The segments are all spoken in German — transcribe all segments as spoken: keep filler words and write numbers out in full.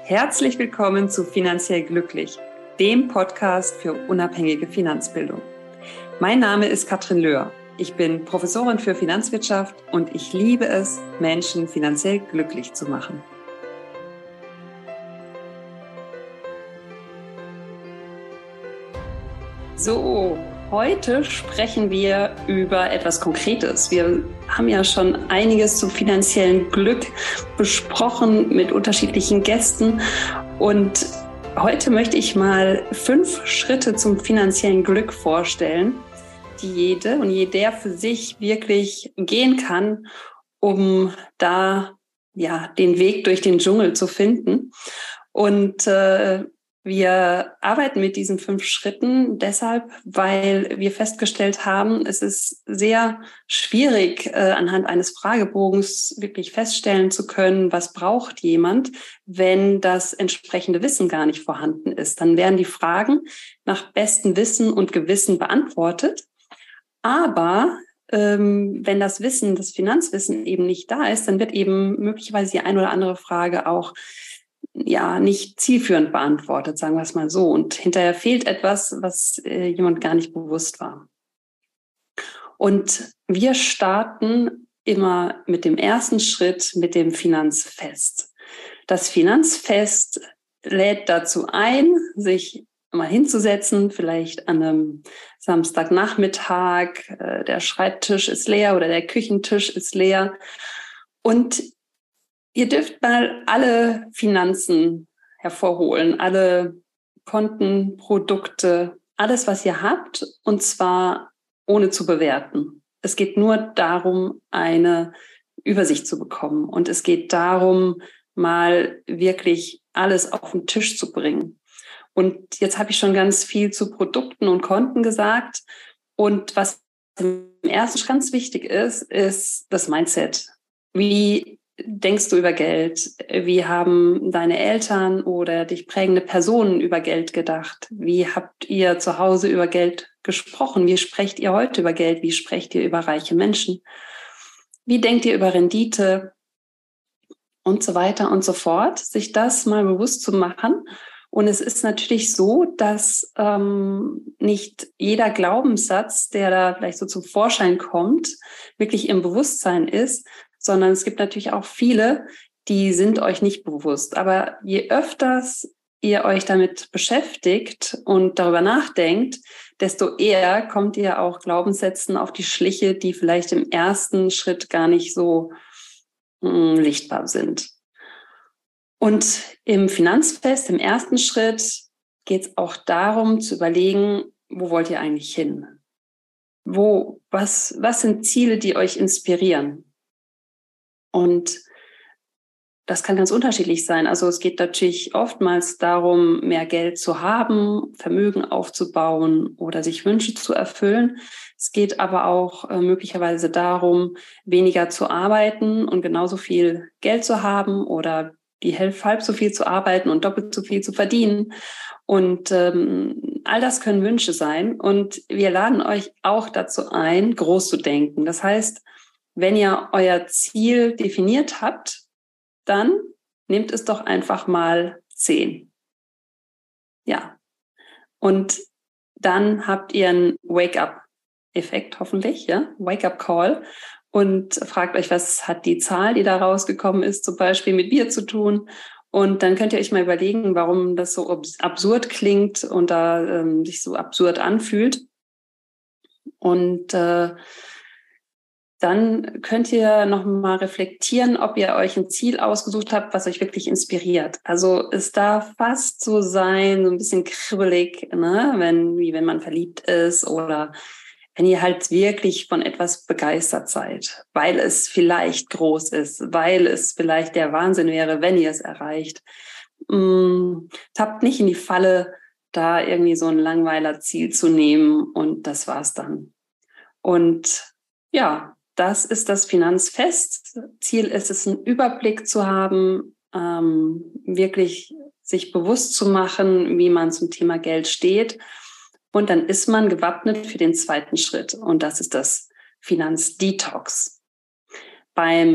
Herzlich willkommen zu Finanziell Glücklich, dem Podcast für unabhängige Finanzbildung. Mein Name ist Katrin Löhr. Ich bin Professorin für Finanzwirtschaft und ich liebe es, Menschen finanziell glücklich zu machen. So, heute sprechen wir über etwas Konkretes. Wir haben ja schon einiges zum finanziellen Glück besprochen mit unterschiedlichen Gästen und heute möchte ich mal fünf Schritte zum finanziellen Glück vorstellen, die jede und jeder für sich wirklich gehen kann, um da ja den Weg durch den Dschungel zu finden. Und äh, wir arbeiten mit diesen fünf Schritten deshalb, weil wir festgestellt haben, es ist sehr schwierig, äh, anhand eines Fragebogens wirklich feststellen zu können, was braucht jemand, wenn das entsprechende Wissen gar nicht vorhanden ist. Dann werden die Fragen nach bestem Wissen und Gewissen beantwortet. Aber ähm, wenn das Wissen, das Finanzwissen eben nicht da ist, dann wird eben möglicherweise die ein oder andere Frage auch ja nicht zielführend beantwortet, sagen wir es mal so. Und hinterher fehlt etwas, was äh, jemand gar nicht bewusst war. Und wir starten immer mit dem ersten Schritt, mit dem Finanzfest. Das Finanzfest lädt dazu ein, sich mal hinzusetzen, vielleicht an einem Samstagnachmittag, äh, der Schreibtisch ist leer oder der Küchentisch ist leer und ihr dürft mal alle Finanzen hervorholen, alle Konten, Produkte, alles, was ihr habt, und zwar ohne zu bewerten. Es geht nur darum, eine Übersicht zu bekommen. Und es geht darum, mal wirklich alles auf den Tisch zu bringen. Und jetzt habe ich schon ganz viel zu Produkten und Konten gesagt. Und was im ersten ganz wichtig ist, ist das Mindset. Wie denkst du über Geld? Wie haben deine Eltern oder dich prägende Personen über Geld gedacht? Wie habt ihr zu Hause über Geld gesprochen? Wie sprecht ihr heute über Geld? Wie sprecht ihr über reiche Menschen? Wie denkt ihr über Rendite? Und so weiter und so fort. Sich das mal bewusst zu machen. Und es ist natürlich so, dass ähm, nicht jeder Glaubenssatz, der da vielleicht so zum Vorschein kommt, wirklich im Bewusstsein ist, sondern es gibt natürlich auch viele, die sind euch nicht bewusst. Aber je öfters ihr euch damit beschäftigt und darüber nachdenkt, desto eher kommt ihr auch Glaubenssätzen auf die Schliche, die vielleicht im ersten Schritt gar nicht so mh, sichtbar sind. Und im Finanzfest, im ersten Schritt, geht es auch darum zu überlegen, wo wollt ihr eigentlich hin? Wo, was, was sind Ziele, die euch inspirieren? Und das kann ganz unterschiedlich sein. Also es geht natürlich oftmals darum, mehr Geld zu haben, Vermögen aufzubauen oder sich Wünsche zu erfüllen. Es geht aber auch äh, möglicherweise darum, weniger zu arbeiten und genauso viel Geld zu haben oder die Hälfte halb so viel zu arbeiten und doppelt so viel zu verdienen. Und ähm, all das können Wünsche sein. Und wir laden euch auch dazu ein, groß zu denken. Das heißt, wenn ihr euer Ziel definiert habt, dann nehmt es doch einfach mal zehn. Ja. Und dann habt ihr einen Wake-up-Effekt hoffentlich, ja, Wake-up-Call. Und fragt euch, was hat die Zahl, die da rausgekommen ist, zum Beispiel mit Bier zu tun. Und dann könnt ihr euch mal überlegen, warum das so absurd klingt und da ähm, sich so absurd anfühlt. Und äh, dann könnt ihr noch mal reflektieren, ob ihr euch ein Ziel ausgesucht habt, was euch wirklich inspiriert. Also es darf fast so sein, so ein bisschen kribbelig, ne? wenn, wie wenn man verliebt ist oder wenn ihr halt wirklich von etwas begeistert seid, weil es vielleicht groß ist, weil es vielleicht der Wahnsinn wäre, wenn ihr es erreicht. Mm, tappt nicht in die Falle, da irgendwie so ein Langweiler-Ziel zu nehmen und das war's dann. Und ja, das ist das Finanzfest. Ziel ist es, einen Überblick zu haben, ähm, wirklich sich bewusst zu machen, wie man zum Thema Geld steht. Und dann ist man gewappnet für den zweiten Schritt. Und das ist das Finanzdetox. Beim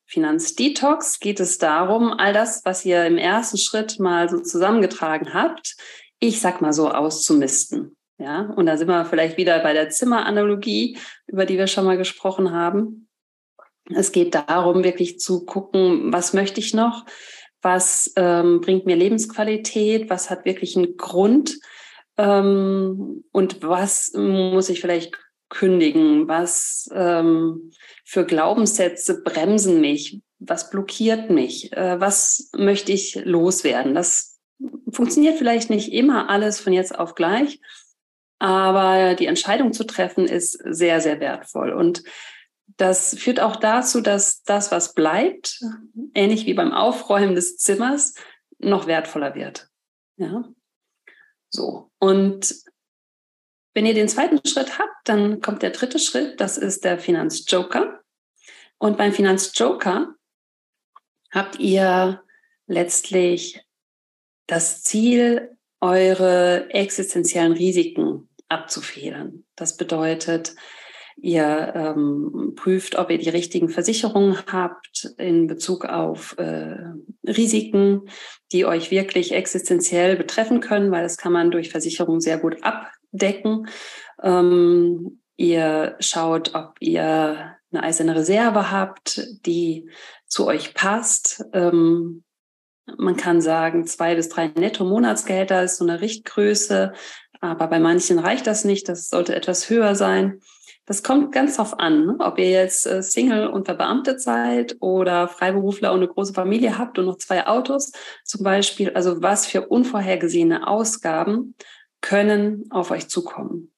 Finanzdetox geht es darum, all das, was ihr im ersten Schritt mal so zusammengetragen habt, ich sag mal so, auszumisten. Ja, und da sind wir vielleicht wieder bei der Zimmeranalogie, über die wir schon mal gesprochen haben. Es geht darum, wirklich zu gucken, was möchte ich noch? Was ähm, bringt mir Lebensqualität? Was hat wirklich einen Grund? Ähm, und was muss ich vielleicht kündigen? Was ähm, für Glaubenssätze bremsen mich? Was blockiert mich? Äh, was möchte ich loswerden? Das funktioniert vielleicht nicht immer alles von jetzt auf gleich, aber die Entscheidung zu treffen ist sehr, sehr wertvoll. Und das führt auch dazu, dass das, was bleibt, ähnlich wie beim Aufräumen des Zimmers, noch wertvoller wird. Ja, so. Und wenn ihr den zweiten Schritt habt, dann kommt der dritte Schritt, das ist der Finanzjoker. Und beim Finanzjoker habt ihr letztlich das Ziel, eure existenziellen Risiken abzufedern. Das bedeutet, ihr ähm, prüft, ob ihr die richtigen Versicherungen habt in Bezug auf äh, Risiken, die euch wirklich existenziell betreffen können, weil das kann man durch Versicherungen sehr gut abdecken. Ähm, ihr schaut, ob ihr eine eiserne Reserve habt, die zu euch passt. Ähm, man kann sagen, zwei bis drei Netto-Monatsgehälter ist so eine Richtgröße, aber bei manchen reicht das nicht. Das sollte etwas höher sein. Das kommt ganz drauf an, ne? Ob ihr jetzt äh, Single und verbeamtet seid oder Freiberufler und eine große Familie habt und noch zwei Autos zum Beispiel. Also was für unvorhergesehene Ausgaben können auf euch zukommen.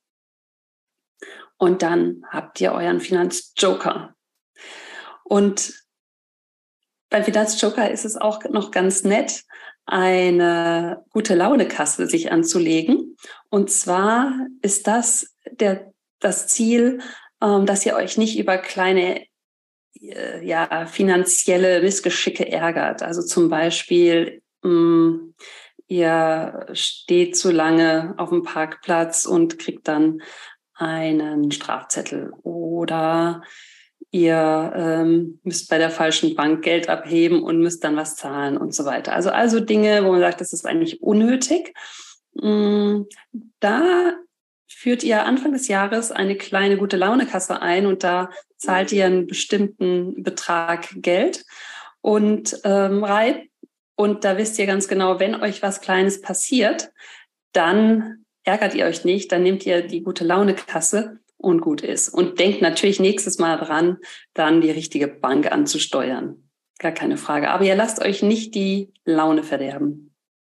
Und dann habt ihr euren Finanzjoker. Und beim Finanzjoker ist es auch noch ganz nett, eine gute Laune-Kasse sich anzulegen. Und zwar ist das der, das Ziel, ähm, dass ihr euch nicht über kleine äh, ja, finanzielle Missgeschicke ärgert. Also zum Beispiel, mh, ihr steht zu lange auf dem Parkplatz und kriegt dann einen Strafzettel oder ihr ähm, müsst bei der falschen Bank Geld abheben und müsst dann was zahlen und so weiter. Also, also Dinge, wo man sagt, das ist eigentlich unnötig. Da führt ihr Anfang des Jahres eine kleine Gute-Laune-Kasse ein und da zahlt ihr einen bestimmten Betrag Geld und ähm, rein. Und da wisst ihr ganz genau, wenn euch was Kleines passiert, dann ärgert ihr euch nicht, dann nehmt ihr die Gute-Laune-Kasse und gut ist. Und denkt natürlich nächstes Mal dran, dann die richtige Bank anzusteuern. Gar keine Frage. Aber ihr lasst euch nicht die Laune verderben.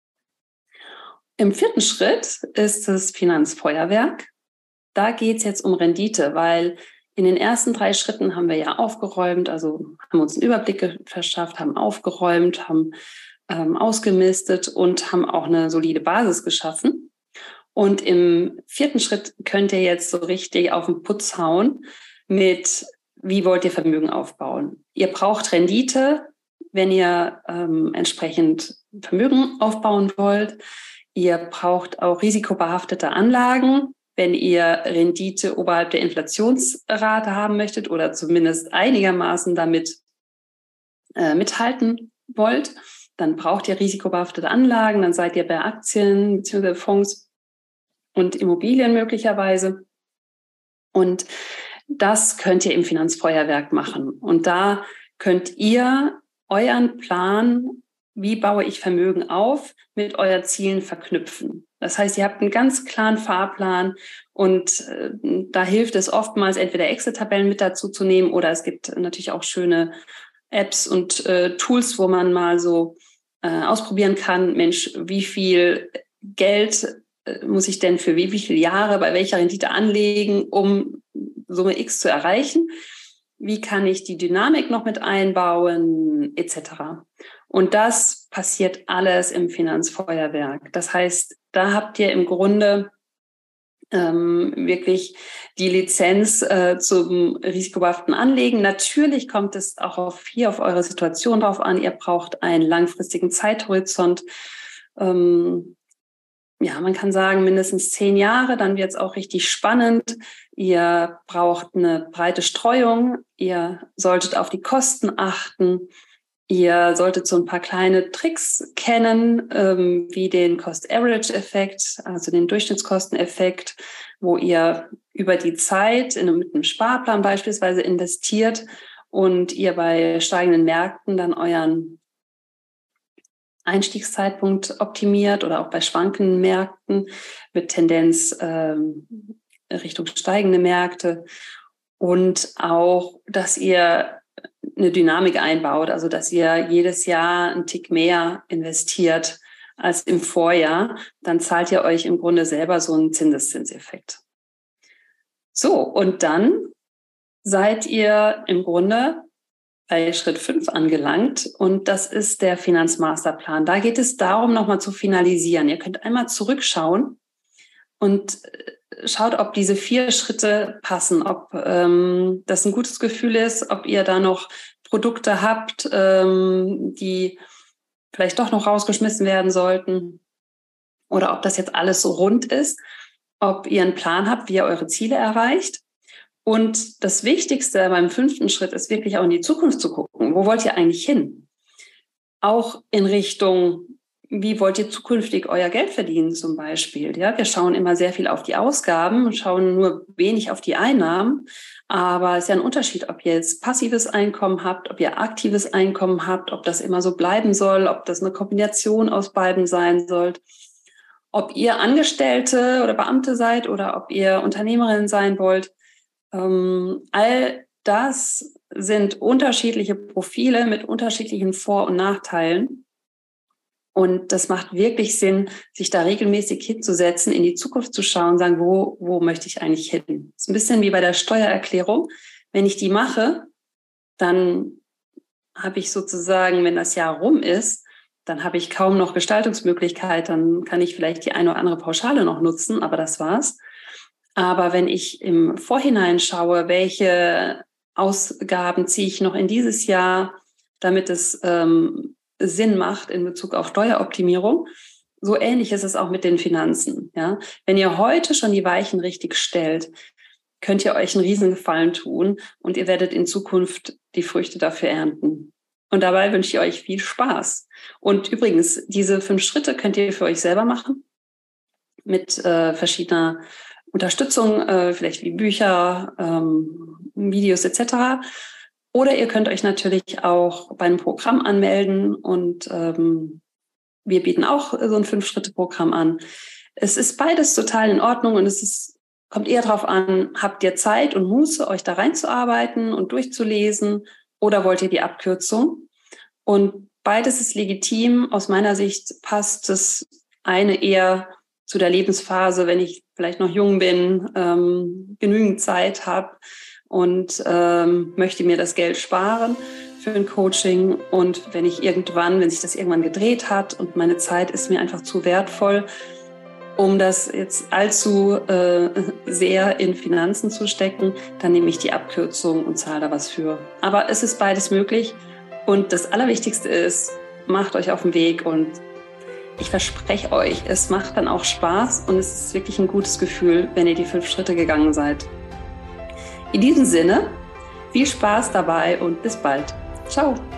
Im vierten Schritt ist das Finanzfeuerwerk. Da geht es jetzt um Rendite, weil in den ersten drei Schritten haben wir ja aufgeräumt, also haben uns einen Überblick verschafft, haben aufgeräumt, haben ähm, ausgemistet und haben auch eine solide Basis geschaffen. Und im vierten Schritt könnt ihr jetzt so richtig auf den Putz hauen mit, wie wollt ihr Vermögen aufbauen? Ihr braucht Rendite, wenn ihr ähm, entsprechend Vermögen aufbauen wollt. Ihr braucht auch risikobehaftete Anlagen, wenn ihr Rendite oberhalb der Inflationsrate haben möchtet oder zumindest einigermaßen damit äh, mithalten wollt. Dann braucht ihr risikobehaftete Anlagen, dann seid ihr bei Aktien bzw. Fonds und Immobilien möglicherweise. Und das könnt ihr im Finanzfeuerwerk machen. Und da könnt ihr euren Plan, wie baue ich Vermögen auf, mit euren Zielen verknüpfen. Das heißt, ihr habt einen ganz klaren Fahrplan und äh, da hilft es oftmals, entweder Excel-Tabellen mit dazu zu nehmen oder es gibt natürlich auch schöne Apps und äh, Tools, wo man mal so äh, ausprobieren kann, Mensch, wie viel Geld muss ich denn für wie, wie viele Jahre bei welcher Rendite anlegen, um Summe X zu erreichen? Wie kann ich die Dynamik noch mit einbauen, et cetera. Und das passiert alles im Finanzfeuerwerk. Das heißt, da habt ihr im Grunde ähm, wirklich die Lizenz äh, zum risikobehaften Anlegen. Natürlich kommt es auch auf hier auf eure Situation drauf an. Ihr braucht einen langfristigen Zeithorizont. Ähm, ja, man kann sagen, mindestens zehn Jahre, dann wird es auch richtig spannend. Ihr braucht eine breite Streuung, ihr solltet auf die Kosten achten, ihr solltet so ein paar kleine Tricks kennen, ähm, wie den Cost-Average-Effekt, also den Durchschnittskosteneffekt, wo ihr über die Zeit in, mit einem Sparplan beispielsweise investiert und ihr bei steigenden Märkten dann euren Einstiegszeitpunkt optimiert oder auch bei schwankenden Märkten mit Tendenz ähm, Richtung steigende Märkte und auch, dass ihr eine Dynamik einbaut, also dass ihr jedes Jahr einen Tick mehr investiert als im Vorjahr, dann zahlt ihr euch im Grunde selber so einen Zinseszinseffekt. So, und dann seid ihr im Grunde bei Schritt fünf angelangt und das ist der Finanzmasterplan. Da geht es darum, nochmal zu finalisieren. Ihr könnt einmal zurückschauen und schaut, ob diese vier Schritte passen, ob ähm, das ein gutes Gefühl ist, ob ihr da noch Produkte habt, ähm, die vielleicht doch noch rausgeschmissen werden sollten oder ob das jetzt alles so rund ist, ob ihr einen Plan habt, wie ihr eure Ziele erreicht. Und das Wichtigste beim fünften Schritt ist wirklich auch in die Zukunft zu gucken. Wo wollt ihr eigentlich hin? Auch in Richtung, wie wollt ihr zukünftig euer Geld verdienen zum Beispiel? Ja, wir schauen immer sehr viel auf die Ausgaben und schauen nur wenig auf die Einnahmen. Aber es ist ja ein Unterschied, ob ihr jetzt passives Einkommen habt, ob ihr aktives Einkommen habt, ob das immer so bleiben soll, ob das eine Kombination aus beiden sein soll. Ob ihr Angestellte oder Beamte seid oder ob ihr Unternehmerin sein wollt. Ähm, all das sind unterschiedliche Profile mit unterschiedlichen Vor- und Nachteilen. Und das macht wirklich Sinn, sich da regelmäßig hinzusetzen, in die Zukunft zu schauen, sagen, wo, wo möchte ich eigentlich hin? Das ist ein bisschen wie bei der Steuererklärung. Wenn ich die mache, dann habe ich sozusagen, wenn das Jahr rum ist, dann habe ich kaum noch Gestaltungsmöglichkeit. Dann kann ich vielleicht die eine oder andere Pauschale noch nutzen, aber das war's. Aber wenn ich im Vorhinein schaue, welche Ausgaben ziehe ich noch in dieses Jahr, damit es ähm, Sinn macht in Bezug auf Steueroptimierung, so ähnlich ist es auch mit den Finanzen. Ja? Wenn ihr heute schon die Weichen richtig stellt, könnt ihr euch einen Riesengefallen tun und ihr werdet in Zukunft die Früchte dafür ernten. Und dabei wünsche ich euch viel Spaß. Und übrigens, diese fünf Schritte könnt ihr für euch selber machen mit äh, verschiedener Unterstützung, äh, vielleicht wie Bücher, ähm, Videos et cetera. Oder ihr könnt euch natürlich auch bei einem Programm anmelden und ähm, wir bieten auch so ein Fünf-Schritte-Programm an. Es ist beides total in Ordnung und es ist, kommt eher darauf an, habt ihr Zeit und Muße, euch da reinzuarbeiten und durchzulesen oder wollt ihr die Abkürzung? Und beides ist legitim. Aus meiner Sicht passt das eine eher zu der Lebensphase, wenn ich vielleicht noch jung bin, ähm, genügend Zeit habe und ähm, möchte mir das Geld sparen für ein Coaching. Und wenn ich irgendwann, wenn sich das irgendwann gedreht hat und meine Zeit ist mir einfach zu wertvoll, um das jetzt allzu äh, sehr in Finanzen zu stecken, dann nehme ich die Abkürzung und zahle da was für. Aber es ist beides möglich. Und das Allerwichtigste ist, macht euch auf den Weg und ich verspreche euch, es macht dann auch Spaß und es ist wirklich ein gutes Gefühl, wenn ihr die fünf Schritte gegangen seid. In diesem Sinne, viel Spaß dabei und bis bald. Ciao.